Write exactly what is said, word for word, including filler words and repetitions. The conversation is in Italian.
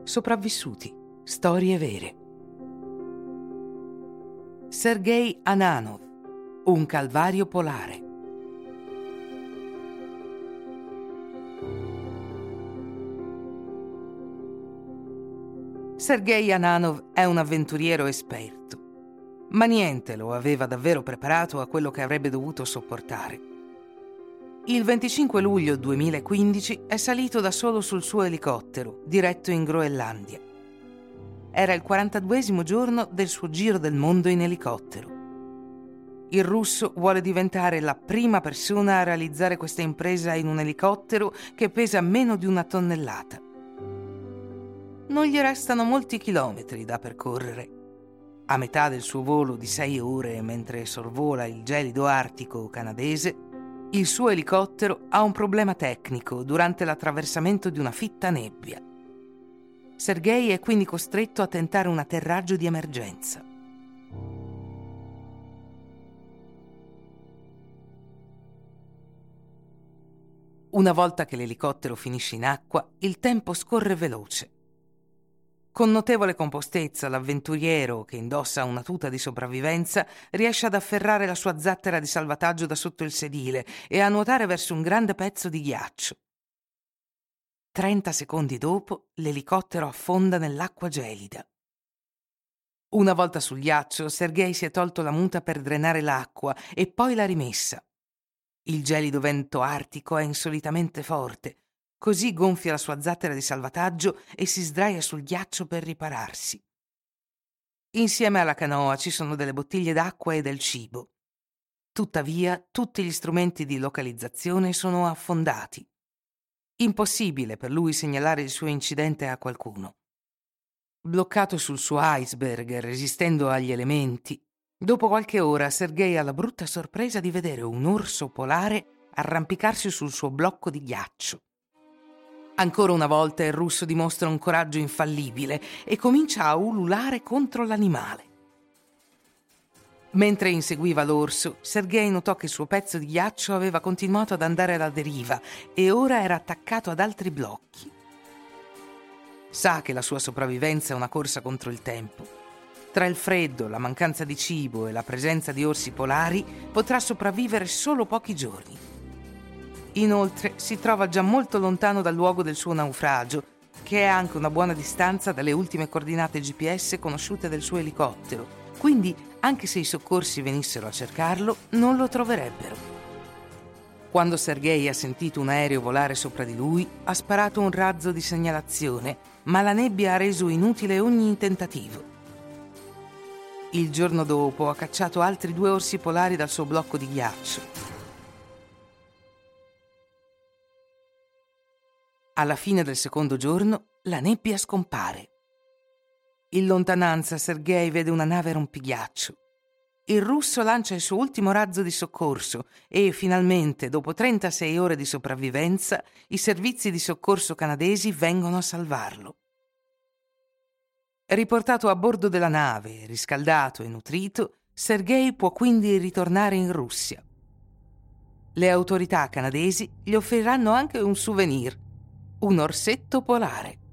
Sopravvissuti, storie vere. Sergej Ananov, un calvario polare. Sergej Ananov è un avventuriero esperto, ma niente lo aveva davvero preparato a quello che avrebbe dovuto sopportare. Il venticinque luglio duemilaquindici è salito da solo sul suo elicottero, diretto in Groenlandia. Era il quarantaduesimo giorno del suo giro del mondo in elicottero. Il russo vuole diventare la prima persona a realizzare questa impresa in un elicottero che pesa meno di una tonnellata. Non gli restano molti chilometri da percorrere. A metà del suo volo di sei ore mentre sorvola il gelido artico canadese, il suo elicottero ha un problema tecnico durante l'attraversamento di una fitta nebbia. Sergej è quindi costretto a tentare un atterraggio di emergenza. Una volta che l'elicottero finisce in acqua, il tempo scorre veloce. Con notevole compostezza, l'avventuriero, che indossa una tuta di sopravvivenza, riesce ad afferrare la sua zattera di salvataggio da sotto il sedile e a nuotare verso un grande pezzo di ghiaccio. Trenta secondi dopo, l'elicottero affonda nell'acqua gelida. Una volta sul ghiaccio, Sergej si è tolto la muta per drenare l'acqua e poi l'ha rimessa. Il gelido vento artico è insolitamente forte. Così gonfia la sua zattera di salvataggio e si sdraia sul ghiaccio per ripararsi. Insieme alla canoa ci sono delle bottiglie d'acqua e del cibo. Tuttavia, tutti gli strumenti di localizzazione sono affondati. Impossibile per lui segnalare il suo incidente a qualcuno. Bloccato sul suo iceberg, resistendo agli elementi, dopo qualche ora Sergej ha la brutta sorpresa di vedere un orso polare arrampicarsi sul suo blocco di ghiaccio. Ancora una volta il russo dimostra un coraggio infallibile e comincia a ululare contro l'animale. Mentre inseguiva l'orso, Sergej notò che il suo pezzo di ghiaccio aveva continuato ad andare alla deriva e ora era attaccato ad altri blocchi. Sa che la sua sopravvivenza è una corsa contro il tempo. Tra il freddo, la mancanza di cibo e la presenza di orsi polari potrà sopravvivere solo pochi giorni. Inoltre si trova già molto lontano dal luogo del suo naufragio, che è anche una buona distanza dalle ultime coordinate G P S conosciute del suo elicottero, quindi anche se i soccorsi venissero a cercarlo, non lo troverebbero. Quando Sergej ha sentito un aereo volare sopra di lui, ha sparato un razzo di segnalazione, ma la nebbia ha reso inutile ogni tentativo. Il giorno dopo ha cacciato altri due orsi polari dal suo blocco di ghiaccio. Alla fine del secondo giorno, la nebbia scompare. In lontananza Sergej vede una nave rompighiaccio. Il russo lancia il suo ultimo razzo di soccorso e, finalmente, dopo trentasei ore di sopravvivenza, i servizi di soccorso canadesi vengono a salvarlo. Riportato a bordo della nave, riscaldato e nutrito, Sergej può quindi ritornare in Russia. Le autorità canadesi gli offriranno anche un souvenir, un orsetto polare.